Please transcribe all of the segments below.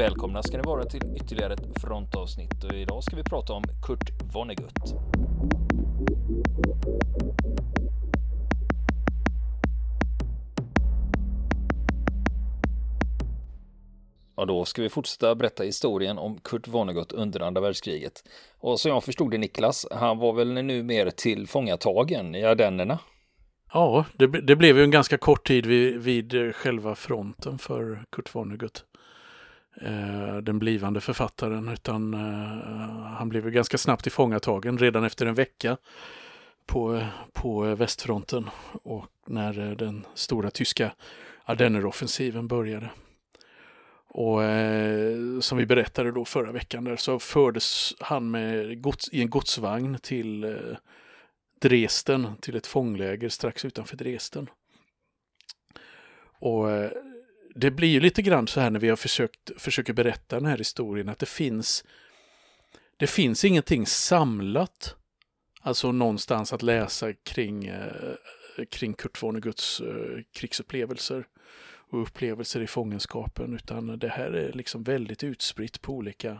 Välkomna ska ni vara till ytterligare ett frontavsnitt och idag ska vi prata om Kurt Vonnegut. Och då ska vi fortsätta berätta historien om Kurt Vonnegut under andra världskriget. Och som jag förstod det, Niklas, han var väl nu mer tillfångatagen i Ardennerna? Ja, det blev ju en ganska kort tid vid själva fronten för Kurt Vonnegut. Den blivande författaren, utan han blev ju ganska snabbt tillfångatagen redan efter en vecka på västfronten och när den stora tyska Ardenneroffensiven började. Och som vi berättade då förra veckan där, så fördes han i en godsvagn till Dresden, till ett fångläger strax utanför Dresden. Och det blir ju lite grann så här när vi har försöker berätta den här historien, att det finns ingenting samlat, alltså någonstans att läsa kring Kurt Vonneguts krigsupplevelser och upplevelser i fångenskapen, utan det här är liksom väldigt utspritt på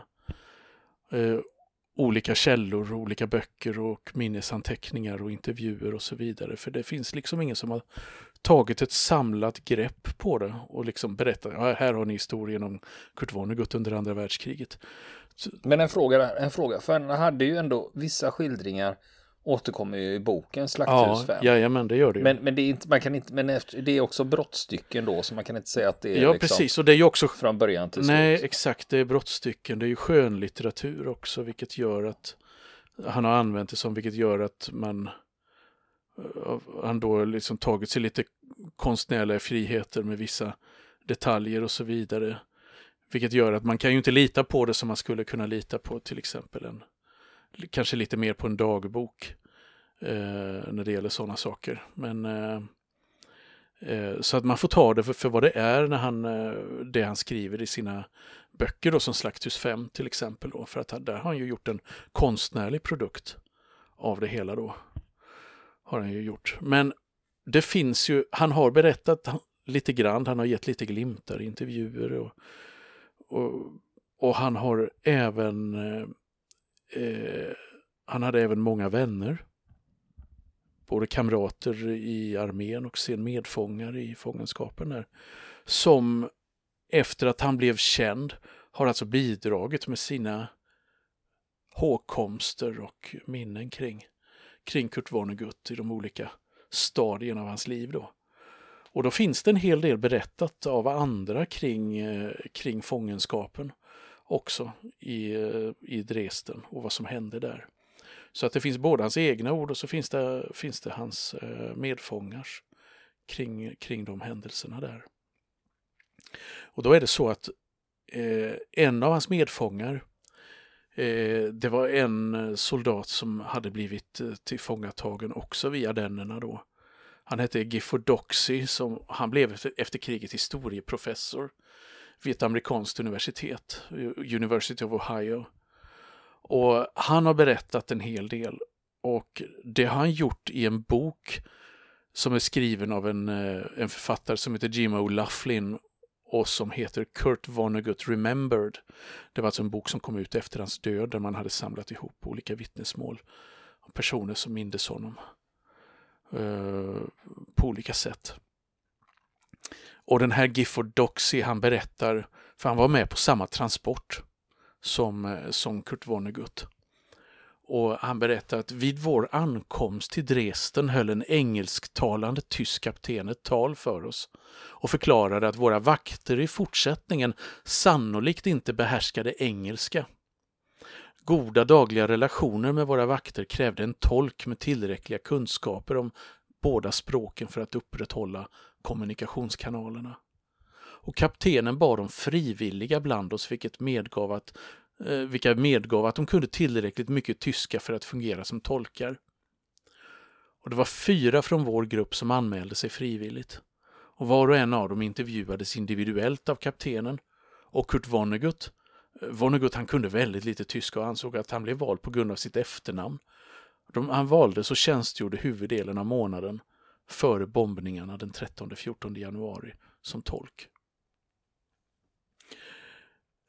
olika källor, olika böcker och minnesanteckningar och intervjuer och så vidare. För det finns liksom ingen som har tagit ett samlat grepp på det och liksom berättat, ja, här har ni historien om Kurt Vonnegut under andra världskriget. Men en fråga, för han hade ju ändå vissa skildringar, återkommer ju i boken Slakthus 5. Ja, men det gör det ju. Men det är inte, man kan inte, men det är också brottstycken då, så man kan inte säga att det är ja, liksom precis, och det är ju också från början till nej, slut. exakt, det är brottstycken, det är ju skönlitteratur också, vilket gör att han har använt det som, vilket gör att han då liksom tagit sig lite konstnärliga friheter med vissa detaljer och så vidare, vilket gör att man kan ju inte lita på det som man skulle kunna lita på till exempel kanske lite mer på en dagbok när det gäller sådana saker, men så att man får ta det för vad det är när det han skriver i sina böcker då, som Slakthus 5 till exempel då, för att där har han ju gjort en konstnärlig produkt av det hela då, har han ju gjort. Men det finns ju, han har berättat lite grann, han har gett lite glimtar i intervjuer och han har även han hade även många vänner, både kamrater i armén och sen medfångar i fångenskapen där, som efter att han blev känd har alltså bidragit med sina hågkomster och minnen kring Kurt Vonnegut i de olika stadierna av hans liv då. Och då finns det en hel del berättat av andra kring fångenskapen också i Dresden och vad som hände där. Så att det finns både hans egna ord och så finns det hans medfångars kring de händelserna där. Och då är det så att en av hans medfångar, det var en soldat som hade blivit tillfångatagen också via Ardennerna då. Han hette Gifford Doxey, han blev efter kriget historieprofessor vid ett amerikanskt universitet, University of Ohio. Och han har berättat en hel del, och det har han gjort i en bok som är skriven av en författare som heter Jim O'Loughlin och som heter Kurt Vonnegut Remembered. Det var alltså en bok som kom ut efter hans död, där man hade samlat ihop olika vittnesmål om personer som mindes honom på olika sätt. Och den här Gifford Doxey, han berättar, för han var med på samma transport som Kurt Vonnegut. Och han berättar att vid vår ankomst till Dresden höll en engelsktalande tysk kapten ett tal för oss och förklarade att våra vakter i fortsättningen sannolikt inte behärskade engelska. Goda dagliga relationer med våra vakter krävde en tolk med tillräckliga kunskaper om båda språken för att upprätthålla kommunikationskanalerna. Och kaptenen bad om frivilliga bland oss, vilka medgav att de kunde tillräckligt mycket tyska för att fungera som tolkar. Och det var 4 från vår grupp som anmälde sig frivilligt. Och var och en av dem intervjuades individuellt av kaptenen. Och Kurt Vonnegut, han kunde väldigt lite tyska och ansåg att han blev vald på grund av sitt efternamn. Han valdes och tjänstgjorde huvuddelen av månaden före bombningarna den 13-14 januari som tolk.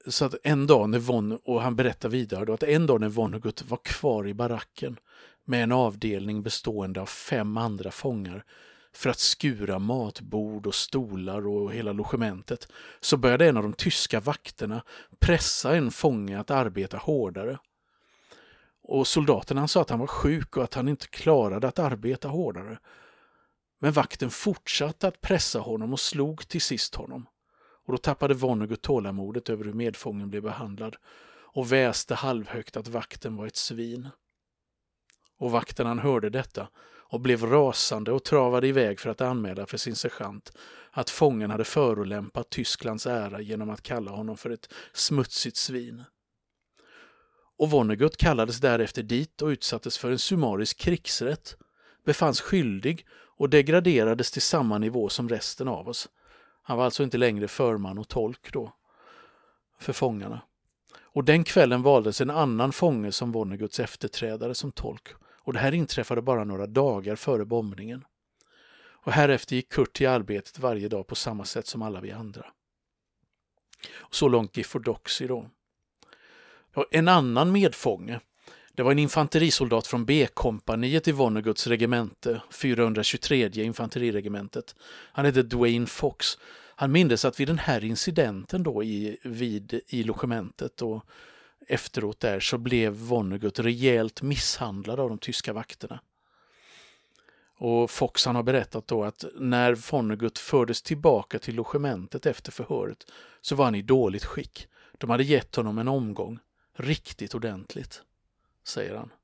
Så att en dag när och han berättar vidare då, att en dag när Vonnegut var kvar i baracken med en avdelning bestående av 5 andra fångar för att skura matbord och stolar och hela logementet, så började en av de tyska vakterna pressa en fånge att arbeta hårdare. Och soldaterna sa att han var sjuk och att han inte klarade att arbeta hårdare. Men vakten fortsatte att pressa honom och slog till sist honom. Och då tappade Vonnegut tålamodet över hur medfången blev behandlad och väste halvhögt att vakten var ett svin. Och vakten, han hörde detta och blev rasande och travade iväg för att anmäla för sin sergeant att fången hade förolämpat Tysklands ära genom att kalla honom för ett smutsigt svin. Och Vonnegut kallades därefter dit och utsattes för en summarisk krigsrätt, befanns skyldig och degraderades till samma nivå som resten av oss. Han var alltså inte längre förman och tolk då för fångarna. Och den kvällen valdes en annan fånge som Vonneguts efterträdare som tolk. Och det här inträffade bara några dagar före bombningen. Och härefter gick Kurt till arbetet varje dag på samma sätt som alla vi andra. Och så långt Gifford Doxey då. Och en annan medfånge, det var en infanterisoldat från B-kompaniet i Vonneguts regemente, 423 infanteriregementet. Han hette Dwayne Fox. Han mindes att vid den här incidenten då i logementet och efteråt där, så blev Vonnegut rejält misshandlad av de tyska vakterna. Och Fox, han har berättat då att när Vonnegut fördes tillbaka till logementet efter förhöret så var han i dåligt skick. De hade gett honom en omgång, riktigt ordentligt, säger han.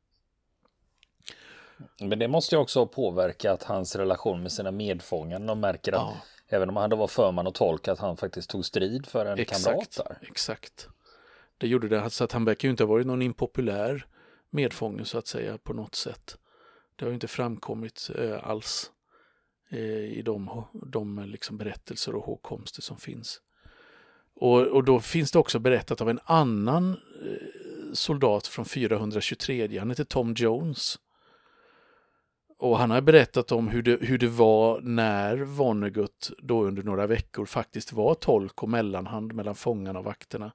Men det måste ju också ha påverkat hans relation med sina medfångar. De märker att även om han var förman och tolk, att han faktiskt tog strid för en kamrat där. Exakt. Det gjorde det, så att han verkar ju inte ha varit någon impopulär medfånge så att säga på något sätt. Det har ju inte framkommit alls i de liksom berättelser och hågkomster som finns. Och då finns det också berättat av en annan soldat från 423, han heter Tom Jones. Och han har berättat om hur det var när Vonnegut då under några veckor faktiskt var tolk och mellanhand mellan fångarna och vakterna.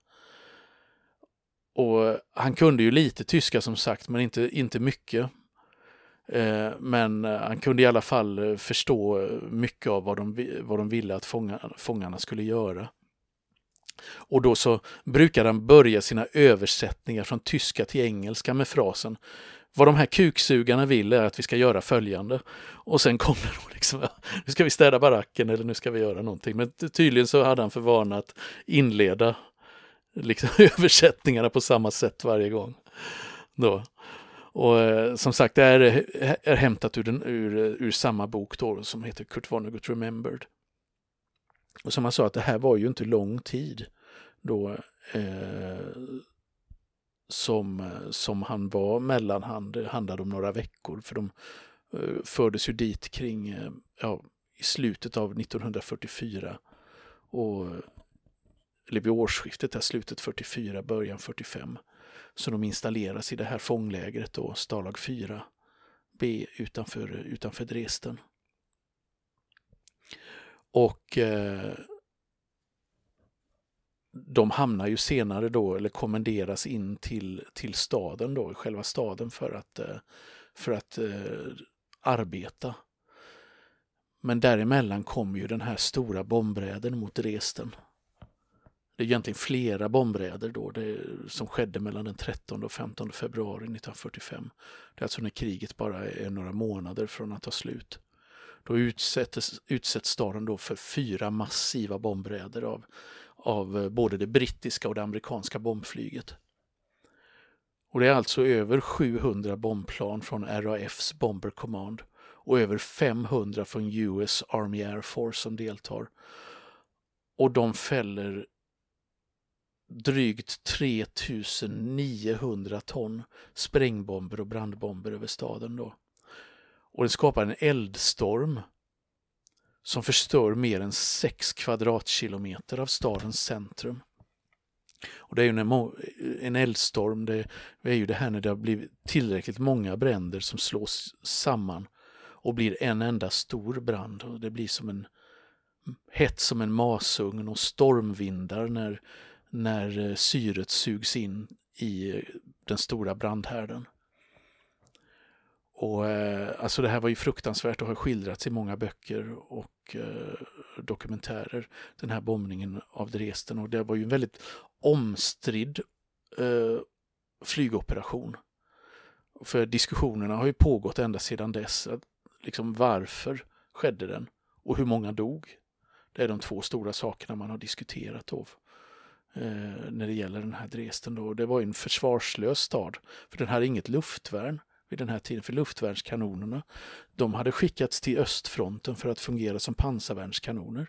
Och han kunde ju lite tyska som sagt, men inte mycket. Men han kunde i alla fall förstå mycket av vad de ville att fångarna skulle göra. Och då så brukade han börja sina översättningar från tyska till engelska med frasen: vad de här kuksugarna vill är att vi ska göra följande. Och sen kom det då liksom, nu ska vi städa baracken eller nu ska vi göra någonting. Men tydligen så hade han för vana att inleda liksom översättningarna på samma sätt varje gång. Då. Och som sagt, det är hämtat ur samma bok då, som heter Kurt Vonnegut Remembered. Och som han sa, att det här var ju inte lång tid då som han var mellanhand. Det handlade om några veckor, för de fördes ju dit kring i slutet av 1944 eller vid årsskiftet där, slutet 44, början 45. Så de installeras i det här fånglägret då, Stalag 4B utanför Dresden. Och de hamnar ju senare då, eller kommenderas in till staden då, själva staden för att arbeta. Men däremellan kom ju den här stora bombräden mot Dresden. Det är egentligen flera bombräder då, som skedde mellan den 13 och 15 februari 1945. Det är alltså när kriget bara är några månader från att ta slut. Då utsätts staden då för 4 massiva bombräder av både det brittiska och det amerikanska bombflyget. Och det är alltså över 700 bombplan från RAFs Bomber Command och över 500 från US Army Air Force som deltar. Och de fäller drygt 3900 ton sprängbomber och brandbomber över staden då. Och det skapar en eldstorm som förstör mer än 6 kvadratkilometer av stadens centrum. Och det är ju en eldstorm, det är ju det här när det har blivit tillräckligt många bränder som slås samman och blir en enda stor brand. Och det blir som hett som en masugn och stormvindar när syret sugs in i den stora brandhärden. Och alltså det här var ju fruktansvärt och har skildrats i många böcker och dokumentärer, den här bombningen av Dresden. Och det var ju en väldigt omstridd flygoperation. För diskussionerna har ju pågått ända sedan dess. Liksom varför skedde den och hur många dog? Det är de två stora sakerna man har diskuterat av när det gäller den här Dresden. Då. Det var ju en försvarslös stad, för den hade inget luftvärn vid den här tiden, för luftvärnskanonerna, de hade skickats till östfronten för att fungera som pansarvärnskanoner.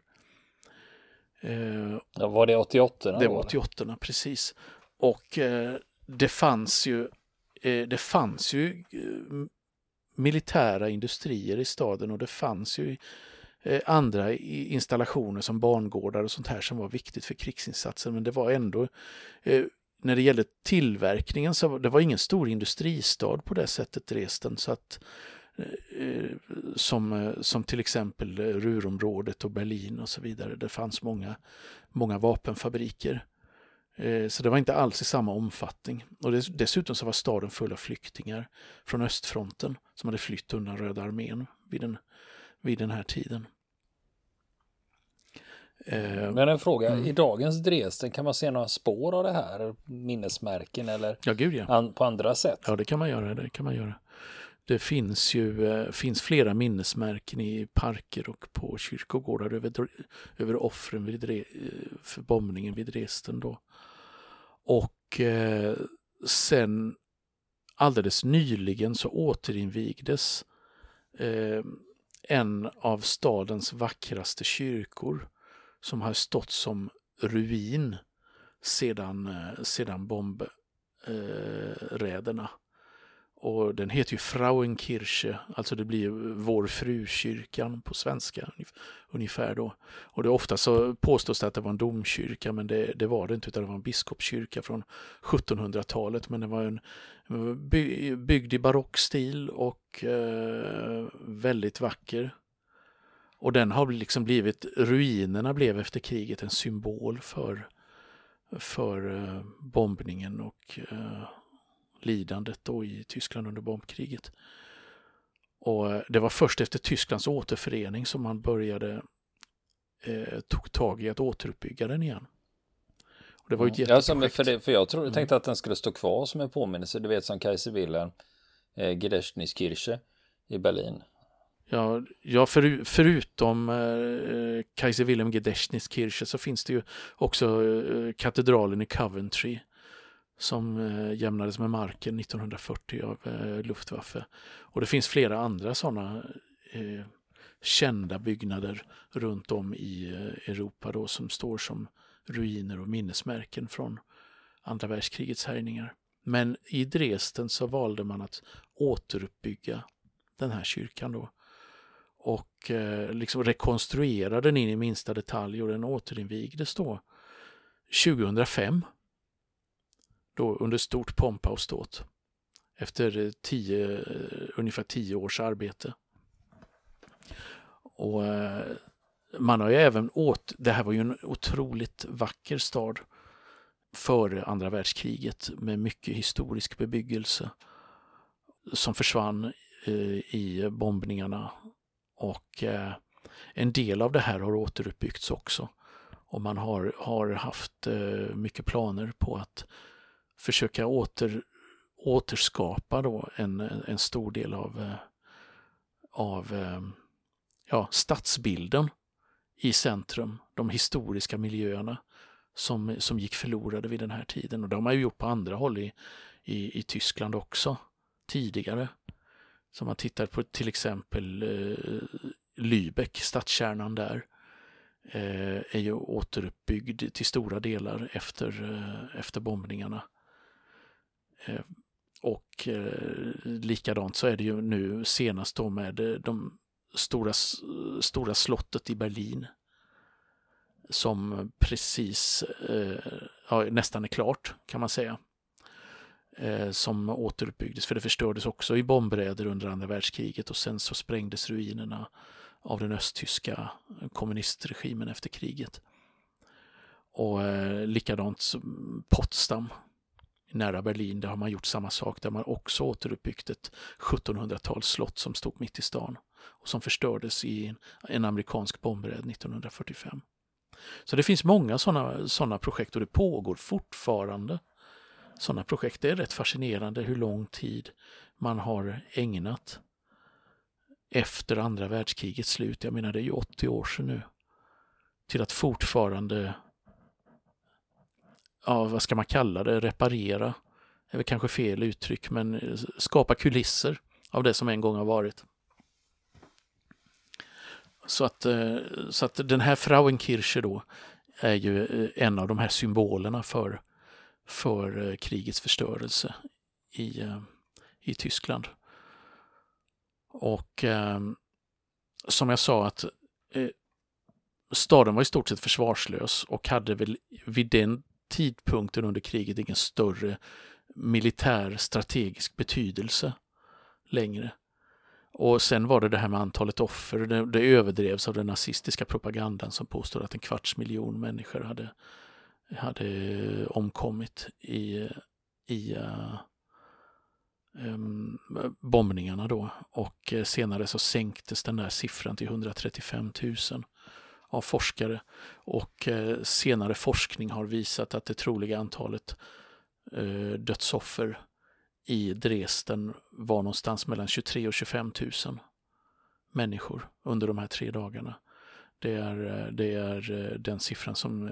Var det 88? Det var 88, precis. Och det fanns ju militära industrier i staden, och det fanns ju andra installationer som bangårdar och sånt här som var viktigt för krigsinsatsen, men det var ändå när det gällde tillverkningen så det var ingen stor industristad på det sättet Dresden, så att som till exempel Ruhrområdet och Berlin och så vidare. Det fanns många vapenfabriker. Så det var inte alls i samma omfattning. Och dessutom så var staden full av flyktingar från östfronten som hade flytt undan Röda armén vid den här tiden. Men en fråga, i dagens Dresden kan man se några spår av det här, minnesmärken eller ja, gud, ja. På andra sätt? Ja, det kan man göra. Det finns flera minnesmärken i parker och på kyrkogårdar över offren för bombningen vid Dresden då. Och sen alldeles nyligen så återinvigdes en av stadens vackraste kyrkor som har stått som ruin sedan bombräderna. Och den heter ju Frauenkirche, alltså det blir Vår frukyrkan på svenska ungefär då. Och det ofta så påstås det att det var en domkyrka, men det var det inte, utan det var en biskopskyrka från 1700-talet. Men det var byggd i barockstil och väldigt vacker. Och den har liksom ruinerna blev efter kriget en symbol för bombningen och lidandet då i Tyskland under bombkriget. Och det var först efter Tysklands återförening som man tog tag i att återuppbygga den igen. Och det var ju ett jätteprojekt. För jag tänkte att den skulle stå kvar som en påminnelse, du vet, som Kaiser Wilhelm Gedächtniskirche i Berlin. Ja, förutom Kaiser Wilhelm Gedächtniskirche så finns det ju också katedralen i Coventry som jämnades med marken 1940 av Luftwaffe. Och det finns flera andra sådana kända byggnader runt om i Europa då, som står som ruiner och minnesmärken från andra världskrigets härjningar. Men i Dresden så valde man att återuppbygga den här kyrkan då. Och liksom rekonstruera den in i minsta detalj, och den återinvigdes då 2005. Då under stort pompa och ståt. Efter ungefär 10 års arbete. Och man har ju även det här var ju en otroligt vacker stad före andra världskriget med mycket historisk bebyggelse som försvann i bombningarna. Och en del av det här har återuppbyggts också. Och man har haft mycket planer på att försöka återskapa då en stor del av stadsbilden i centrum, de historiska miljöerna som gick förlorade vid den här tiden. Och det har man ju gjort på andra håll i Tyskland också tidigare. Så man tittar på till exempel Lübeck, stadskärnan där, är ju återuppbyggd till stora delar efter bombningarna. Och likadant så är det ju nu senast då med de stora slottet i Berlin som precis nästan är klart, kan man säga, som återuppbyggdes, för det förstördes också i bombräder under andra världskriget, och sen så sprängdes ruinerna av den östtyska kommunistregimen efter kriget. Och likadant som Potsdam nära Berlin, där har man gjort samma sak, där man också återuppbyggt ett 1700-tals slott som stod mitt i stan och som förstördes i en amerikansk bombräd 1945. Så det finns många sådana projekt och det pågår fortfarande sådana projekt. Det är rätt fascinerande hur lång tid man har ägnat efter andra världskrigets slut, jag menar det är ju 80 år sedan nu, till att fortfarande, ja, vad ska man kalla det, reparera, är väl kanske fel uttryck, men skapa kulisser av det som en gång har varit. Så att den här Frauenkirche då är ju en av de här symbolerna för krigets förstörelse i Tyskland. Och som jag sa, att staden var i stort sett försvarslös och hade väl vid den tidpunkten under kriget ingen större militär strategisk betydelse längre. Och sen var det här med antalet offer. Det överdrevs av den nazistiska propagandan som påstår att 250 000 människor hade omkommit i bombningarna då. Och senare så sänktes den där siffran till 135 000 av forskare. Och senare forskning har visat att det troliga antalet dödsoffer i Dresden var någonstans mellan 23 000 och 25 000 människor under de här 3 dagarna. Det är den siffran som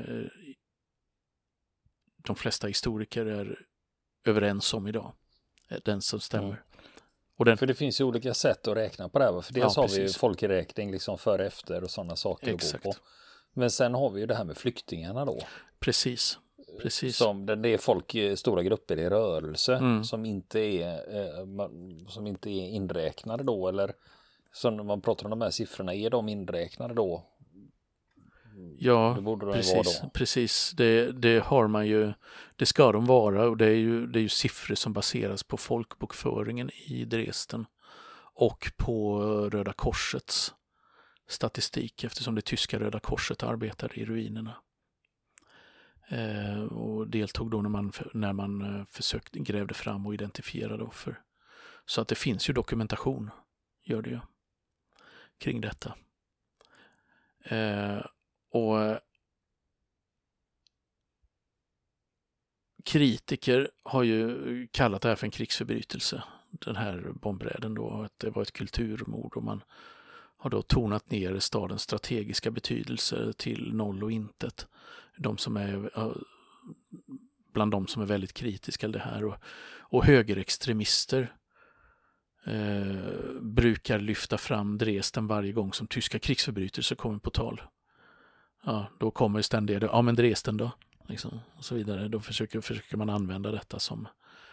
de flesta historiker är överens om idag. Den som stämmer. Och för det finns ju olika sätt att räkna på det här. För dels har vi ju folkräkning liksom före efter och sådana saker att gå på. Men sen har vi ju det här med flyktingarna då. Precis. Det är folk i stora grupper i rörelse som inte är inräknade då, eller som när man pratar om de här siffrorna, är de inräknade då? Ja, det borde de precis. vara då. Precis. Det har man ju, det ska de vara, och det är ju siffror som baseras på folkbokföringen i Dresden och på Röda Korsets statistik, eftersom det tyska Röda Korset arbetade i ruinerna. Och deltog då när man grävde fram och identifierade offer. Så att det finns ju dokumentation, gör det ju, kring detta. Och kritiker har ju kallat det här för en krigsförbrytelse, den här bombräden då, att det var ett kulturmord, och man har då tonat ner stadens strategiska betydelse till noll och intet. Bland de som är väldigt kritiska till det här, och högerextremister brukar lyfta fram Dresden varje gång som tyska krigsförbrytelser kommer på tal. Ja, då kommer ständigt, ja men Dresden då, liksom, och så vidare. Då försöker man använda detta som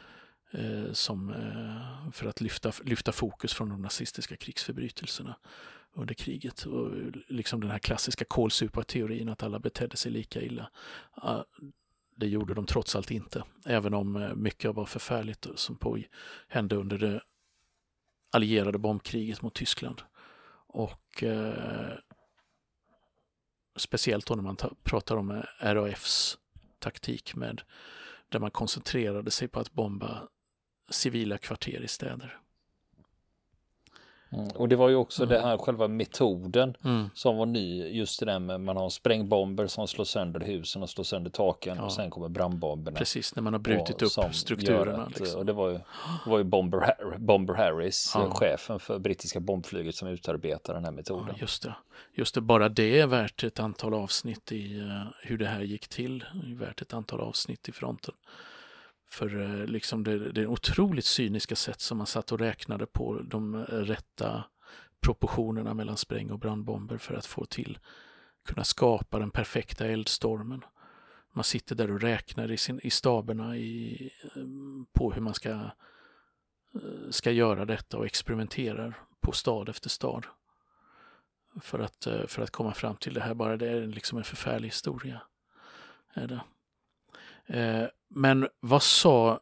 för att lyfta fokus från de nazistiska krigsförbrytelserna under kriget, och liksom den här klassiska kålsuparteorin att alla betedde sig lika illa. Det gjorde de trots allt inte, även om mycket var förfärligt som hände under det allierade bombkriget mot Tyskland. Och speciellt då när man pratar om RAFs taktik, där man koncentrerade sig på att bomba civila kvarter i städer. Och det var ju också det här själva metoden som var ny, just det där med man har sprängbomber som slår sönder husen och slår sönder taken, och sen kommer brandbomberna. Precis, när man har brutit upp strukturerna. Liksom. Och det var ju Bomber Harris, chefen för brittiska bombflyget, som utarbetade den här metoden. Ja, just det, bara det är värt ett antal avsnitt i hur det här gick till. Det är värt ett antal avsnitt i fronten. För liksom det är otroligt cyniska sätt som man satt och räknade på de rätta proportionerna mellan spräng- och brandbomber för att kunna skapa den perfekta eldstormen. Man sitter där och räknar i staberna på hur man ska göra detta, och experimenterar på stad efter stad för att komma fram till det här. Bara det är liksom en förfärlig historia. Är det. Men vad sa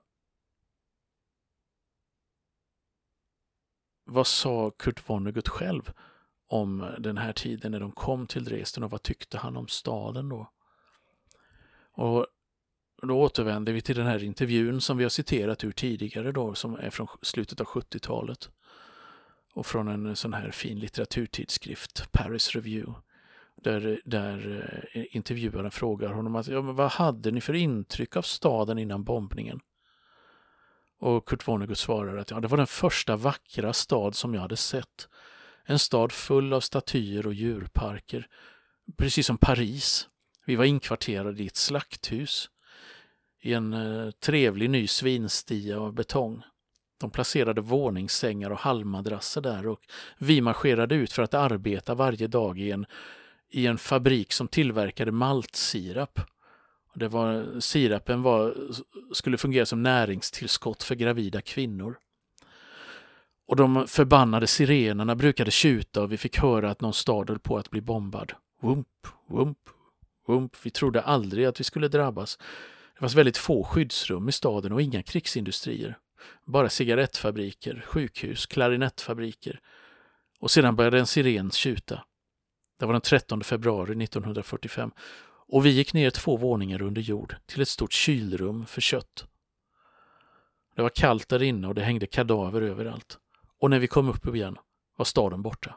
Kurt Vonnegut själv om den här tiden när de kom till Dresden, och vad tyckte han om staden då? Och då återvänder vi till den här intervjun som vi har citerat ur tidigare då, som är från slutet av 70-talet. Och från en sån här fin litteraturtidskrift, Paris Review. Där intervjuaren frågar honom att, men vad hade ni för intryck av staden innan bombningen? Och Kurt Vonnegut svarar att det var den första vackra stad som jag hade sett. En stad full av statyer och djurparker. Precis som Paris. Vi var inkvarterade i ett slakthus. I en trevlig ny svinstia av betong. De placerade våningssängar och halmmadrasser där och vi marscherade ut för att arbeta varje dag i en fabrik som tillverkade maltsirap. Sirapen skulle fungera som näringstillskott för gravida kvinnor. Och de förbannade sirenerna brukade tjuta och vi fick höra att någon stad höll på att bli bombad. Wump, wump, wump. Vi trodde aldrig att vi skulle drabbas. Det var väldigt få skyddsrum i staden och inga krigsindustrier. Bara cigarettfabriker, sjukhus, klarinettfabriker. Och sedan började en siren tjuta. Det var den 13 februari 1945. Och vi gick ner 2 våningar under jord till ett stort kylrum för kött. Det var kallt där inne och det hängde kadaver överallt. Och när vi kom upp igen var staden borta.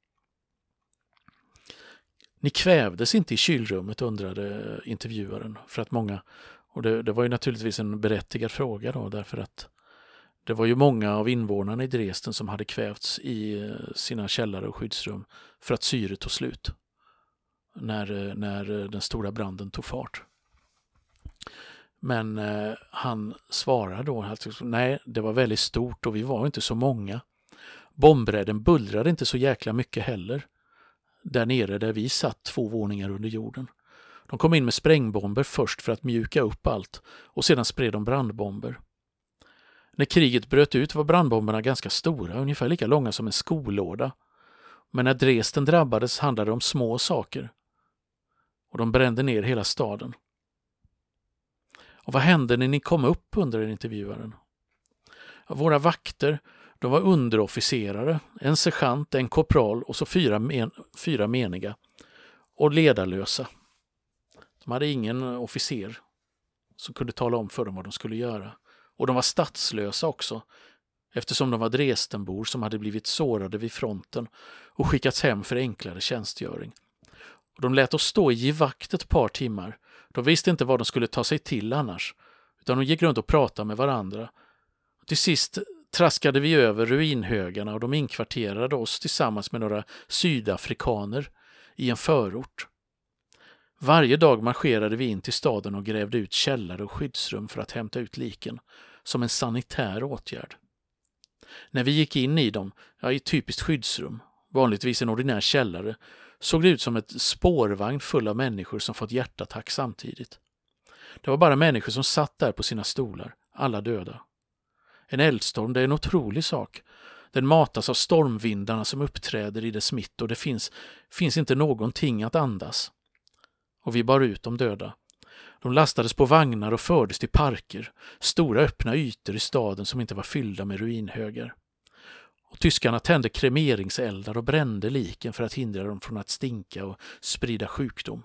Ni kvävdes inte i kylrummet, undrade intervjuaren. För att många, och det var ju naturligtvis en berättigad fråga då, därför att det var ju många av invånarna i Dresden som hade kvävts i sina källare och skyddsrum för att syret tog slut när den stora branden tog fart. Men han svarade då att nej, det var väldigt stort och vi var inte så många. Bombräden bullrade inte så jäkla mycket heller. Där nere där vi satt 2 våningar under jorden. De kom in med sprängbomber först för att mjuka upp allt och sedan spred de brandbomber. När kriget bröt ut var brandbomberna ganska stora, ungefär lika långa som en skolåda. Men när Dresden drabbades handlade det om små saker. Och de brände ner hela staden. Och vad hände när ni kom upp, under intervjuaren? Våra vakter, de var underofficerare, en sergeant, en korpral och så 4 meniga. Och ledarlösa. De hade ingen officer som kunde tala om för dem vad de skulle göra. Och de var statslösa också, eftersom de var Dresdenbor som hade blivit sårade vid fronten och skickats hem för enklare tjänstgöring. Och de lät oss stå i givakt ett par timmar. De visste inte vad de skulle ta sig till annars, utan de gick runt och pratade med varandra. Och till sist traskade vi över ruinhögarna och de inkvarterade oss tillsammans med några sydafrikaner i en förort. Varje dag marscherade vi in till staden och grävde ut källare och skyddsrum för att hämta ut liken, som en sanitär åtgärd. När vi gick in i dem, i ett typiskt skyddsrum, vanligtvis en ordinär källare, såg det ut som ett spårvagn full av människor som fått hjärtattack samtidigt. Det var bara människor som satt där på sina stolar, alla döda. En eldstorm, det är en otrolig sak. Den matas av stormvindarna som uppträder i dess mitt och det finns inte någonting att andas. Och vi bar ut de döda. De lastades på vagnar och fördes till parker, stora öppna ytor i staden som inte var fyllda med ruinhögar. Och tyskarna tände kremeringseldar och brände liken för att hindra dem från att stinka och sprida sjukdom.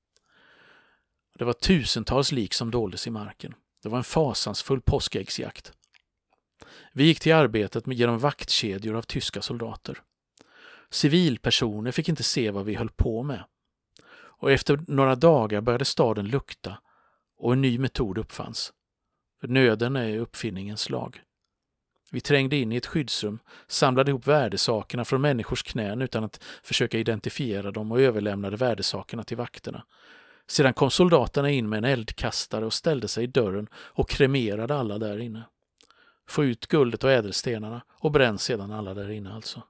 Det var tusentals lik som doldes i marken. Det var en fasansfull påskäggsjakt. Vi gick till arbetet genom vaktkedjor av tyska soldater. Civilpersoner fick inte se vad vi höll på med. Och efter några dagar började staden lukta och en ny metod uppfanns. För nöden är uppfinningens lag. Vi trängde in i ett skyddsrum, samlade ihop värdesakerna från människors knän utan att försöka identifiera dem och överlämnade värdesakerna till vakterna. Sedan kom soldaterna in med en eldkastare och ställde sig i dörren och kremerade alla där inne. Få ut guldet och ädelstenarna och bränn sedan alla där inne alltså.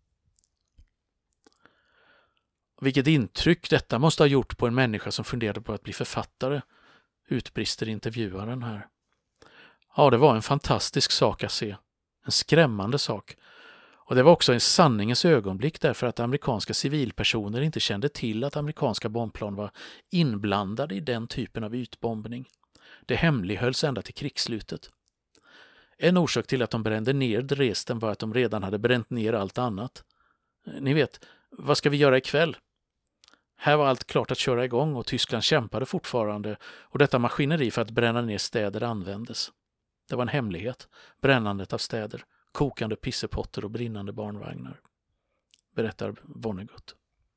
Vilket intryck detta måste ha gjort på en människa som funderade på att bli författare, utbrister intervjuaren här. Ja, det var en fantastisk sak att se. En skrämmande sak. Och det var också en sanningens ögonblick därför att amerikanska civilpersoner inte kände till att amerikanska bombplan var inblandade i den typen av ytbombning. Det hemlighölls ända till krigsslutet. En orsak till att de brände ner Dresden var att de redan hade bränt ner allt annat. Ni vet, vad ska vi göra ikväll? Här var allt klart att köra igång och Tyskland kämpade fortfarande och detta maskineri för att bränna ner städer användes. Det var en hemlighet, brännandet av städer, kokande pissepotter och brinnande barnvagnar, berättar Vonnegut.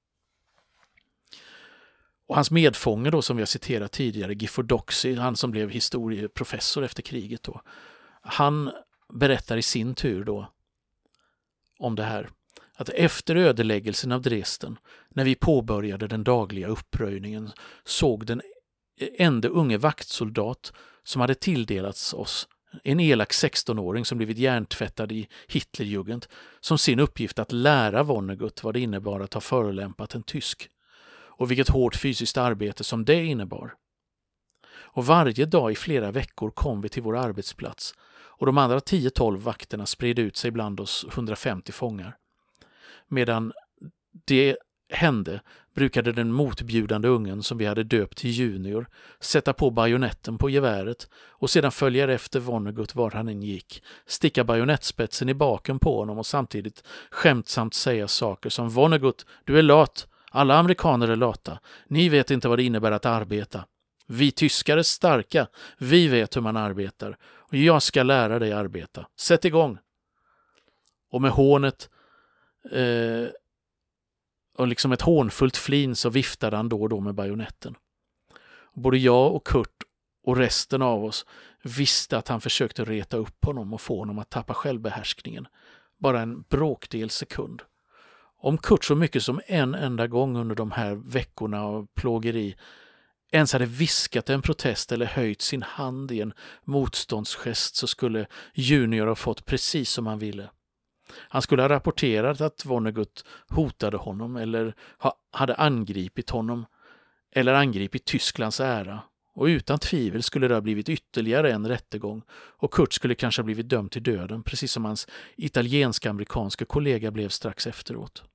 Och hans medfånge då, som vi har citerat tidigare, Gifford Doxey, han som blev historieprofessor efter kriget då, han berättar i sin tur då om det här, att efter ödeläggelsen av Dresden, när vi påbörjade den dagliga uppröjningen, såg den enda unge vaktsoldat som hade tilldelats oss, en elak 16-åring som blivit hjärntvättad i Hitlerjugend, som sin uppgift att lära Vonnegut vad det innebar att ha förolämpat en tysk. Och vilket hårt fysiskt arbete som det innebar. Och varje dag i flera veckor kom vi till vår arbetsplats och de andra 10-12 vakterna spred ut sig bland oss 150 fångar. Medan det hände brukade den motbjudande ungen som vi hade döpt till Junior sätta på bajonetten på geväret och sedan följa efter Vonnegut var han än gick, sticka bajonettspetsen i baken på honom och samtidigt skämtsamt säga saker som Vonnegut, du är lat, alla amerikaner är lata, ni vet inte vad det innebär att arbeta. Vi tyskar är starka, vi vet hur man arbetar och jag ska lära dig arbeta. Sätt igång! Och med hånet och liksom ett hånfullt flin så viftade han då och då med bajonetten. Både jag och Kurt och resten av oss visste att han försökte reta upp honom och få honom att tappa självbehärskningen. Bara en bråkdel sekund. Om Kurt så mycket som en enda gång under de här veckorna av plågeri ens hade viskat en protest eller höjt sin hand i en motståndsgest så skulle Junior ha fått precis som han ville. Han skulle ha rapporterat att Vonnegut hotade honom eller hade angripit honom eller angripit Tysklands ära. Och utan tvivel skulle det ha blivit ytterligare en rättegång och Kurt skulle kanske ha blivit dömd till döden precis som hans italiensk-amerikanska kollega blev strax efteråt.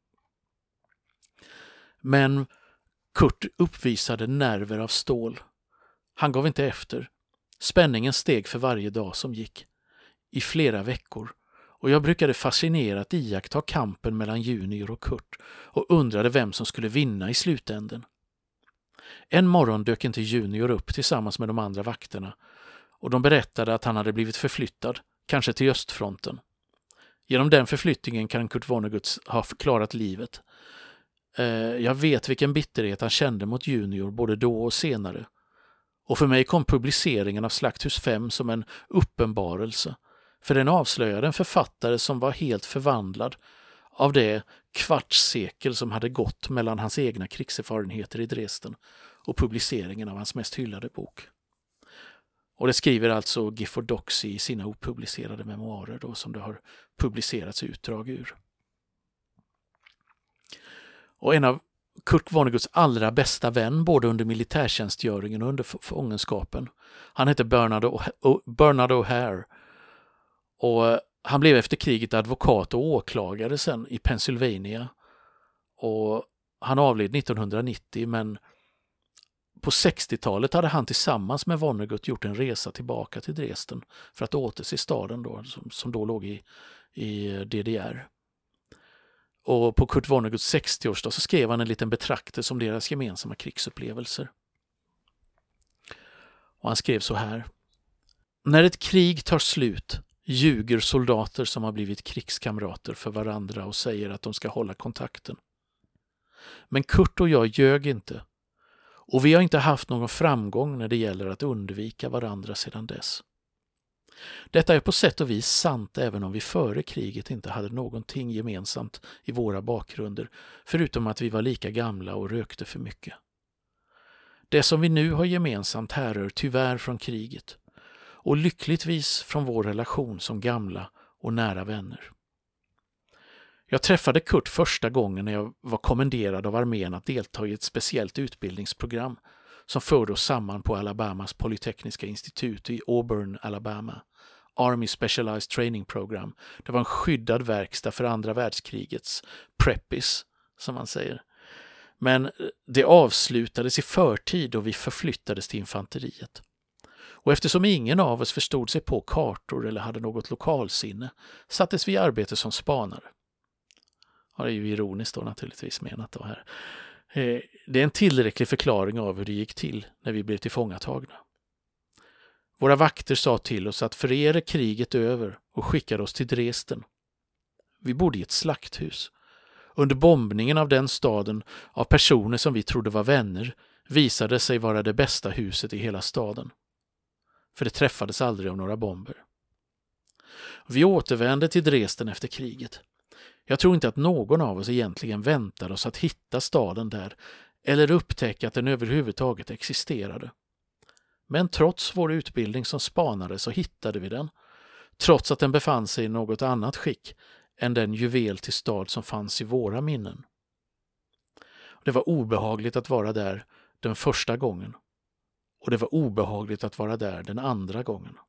Men Kurt uppvisade nerver av stål. Han gav inte efter. Spänningen steg för varje dag som gick. I flera veckor. Och jag brukade fascinerat iaktta kampen mellan Junior och Kurt och undrade vem som skulle vinna i slutänden. En morgon dök inte Junior upp tillsammans med de andra vakterna och de berättade att han hade blivit förflyttad, kanske till östfronten. Genom den förflyttningen kan Kurt Vonnegut ha förklarat livet. Jag vet vilken bitterhet han kände mot Junior både då och senare. Och för mig kom publiceringen av Slakthus 5 som en uppenbarelse. För den avslöjade en författare som var helt förvandlad av det kvartssekel som hade gått mellan hans egna krigserfarenheter i Dresden och publiceringen av hans mest hyllade bok. Och det skriver alltså Gifford Doxey i sina opublicerade memoarer då, som det har publicerats utdrag ur. Och en av Kurt Vonneguts allra bästa vän både under militärtjänstgöringen och under fångenskapen, han hette Bernard O'Hare och han blev efter kriget advokat och åklagare sen i Pennsylvania och han avled 1990, men på 60-talet hade han tillsammans med Vonnegut gjort en resa tillbaka till Dresden för att återse staden då, som då låg i DDR. Och på Kurt Vonneguts 60-årsdag så skrev han en liten betraktelse om deras gemensamma krigsupplevelser. Och han skrev så här: när ett krig tar slut ljuger soldater som har blivit krigskamrater för varandra och säger att de ska hålla kontakten. Men Kurt och jag ljög inte. Och vi har inte haft någon framgång när det gäller att undvika varandra sedan dess. Detta är på sätt och vis sant även om vi före kriget inte hade någonting gemensamt i våra bakgrunder, förutom att vi var lika gamla och rökte för mycket. Det som vi nu har gemensamt härrör tyvärr från kriget, och lyckligtvis från vår relation som gamla och nära vänner. Jag träffade Kurt första gången när jag var kommenderad av armén att delta i ett speciellt utbildningsprogram som förde oss samman på Alabamas Polytekniska institut i Auburn, Alabama. Army Specialized Training Program. Det var en skyddad verkstad för andra världskrigets preppies, som man säger. Men det avslutades i förtid och vi förflyttades till infanteriet. Och eftersom ingen av oss förstod sig på kartor eller hade något lokalsinne sattes vi i arbete som spanare. Ja, det är ju ironiskt då naturligtvis menat då här. Det är en tillräcklig förklaring av hur det gick till när vi blev tillfångatagna. Våra vakter sa till oss att för er är kriget över och skickade oss till Dresden. Vi bodde i ett slakthus. Under bombningen av den staden av personer som vi trodde var vänner visade sig vara det bästa huset i hela staden. För det träffades aldrig av några bomber. Vi återvände till Dresden efter kriget. Jag tror inte att någon av oss egentligen väntade oss att hitta staden där eller upptäcka att den överhuvudtaget existerade. Men trots vår utbildning som spanare så hittade vi den, trots att den befann sig i något annat skick än den juvel till stad som fanns i våra minnen. Det var obehagligt att vara där den första gången och det var obehagligt att vara där den andra gången.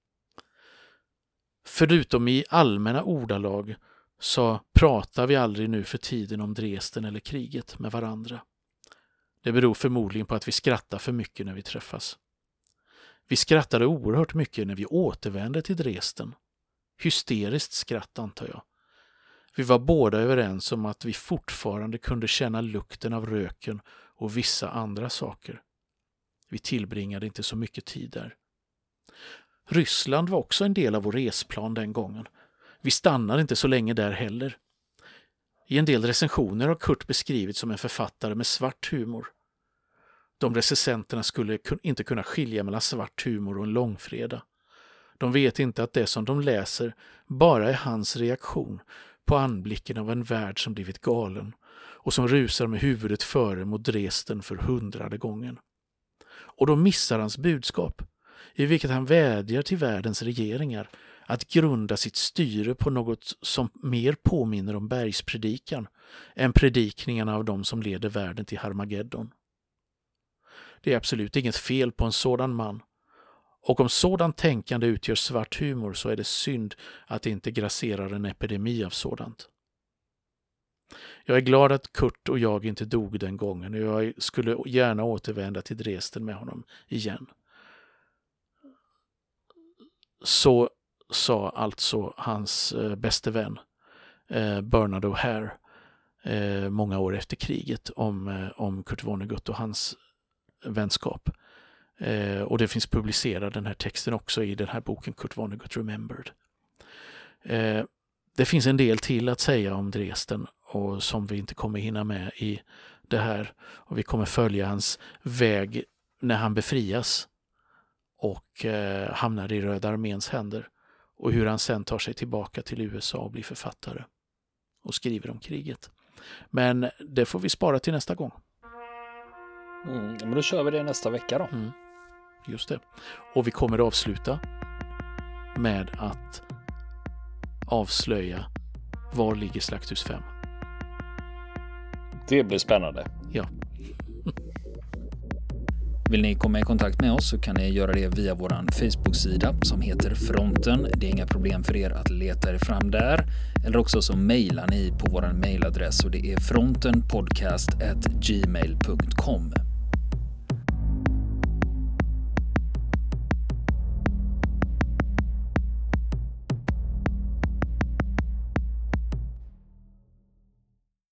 Förutom i allmänna ordalag så pratar vi aldrig nu för tiden om Dresden eller kriget med varandra. Det beror förmodligen på att vi skrattar för mycket när vi träffas. Vi skrattade oerhört mycket när vi återvände till Dresden. Hysteriskt skratt antar jag. Vi var båda överens om att vi fortfarande kunde känna lukten av röken och vissa andra saker. Vi tillbringade inte så mycket tid där. Ryssland var också en del av vår resplan den gången. Vi stannade inte så länge där heller. I en del recensioner har Kurt beskrivits som en författare med svart humor. De recensenterna skulle inte kunna skilja mellan svart humor och en långfredag. De vet inte att det som de läser bara är hans reaktion på anblicken av en värld som blivit galen och som rusar med huvudet före mot Dresden för 100:e gången. Och de missar hans budskap, i vilket han vädjar till världens regeringar att grunda sitt styre på något som mer påminner om bergspredikan än predikningarna av de som leder världen till Harmageddon. Det är absolut inget fel på en sådan man. Och om sådan tänkande utgör svart humor så är det synd att det inte grasserar en epidemi av sådant. Jag är glad att Kurt och jag inte dog den gången och jag skulle gärna återvända till Dresden med honom igen. Så sa alltså hans bäste vän Bernard O'Hare många år efter kriget om Kurt Vonnegut och hans vänskap. Och det finns publicerad den här texten också i den här boken Kurt Vonnegut Remembered. Det finns en del till att säga om Dresden och som vi inte kommer hinna med i det här. Och vi kommer följa hans väg när han befrias och hamnar i Röda arméns händer. Och hur han sen tar sig tillbaka till USA och blir författare och skriver om kriget. Men det får vi spara till nästa gång. Men då kör vi det nästa vecka då. Just det. Och vi kommer att avsluta med att avslöja var ligger Slakthus 5. Det blir spännande. Ja. Vill ni komma i kontakt med oss så kan ni göra det via vår Facebook-sida som heter Fronten. Det är inga problem för er att leta er fram där. Eller också så mejlar ni på vår mejladress och det är frontenpodcast@gmail.com.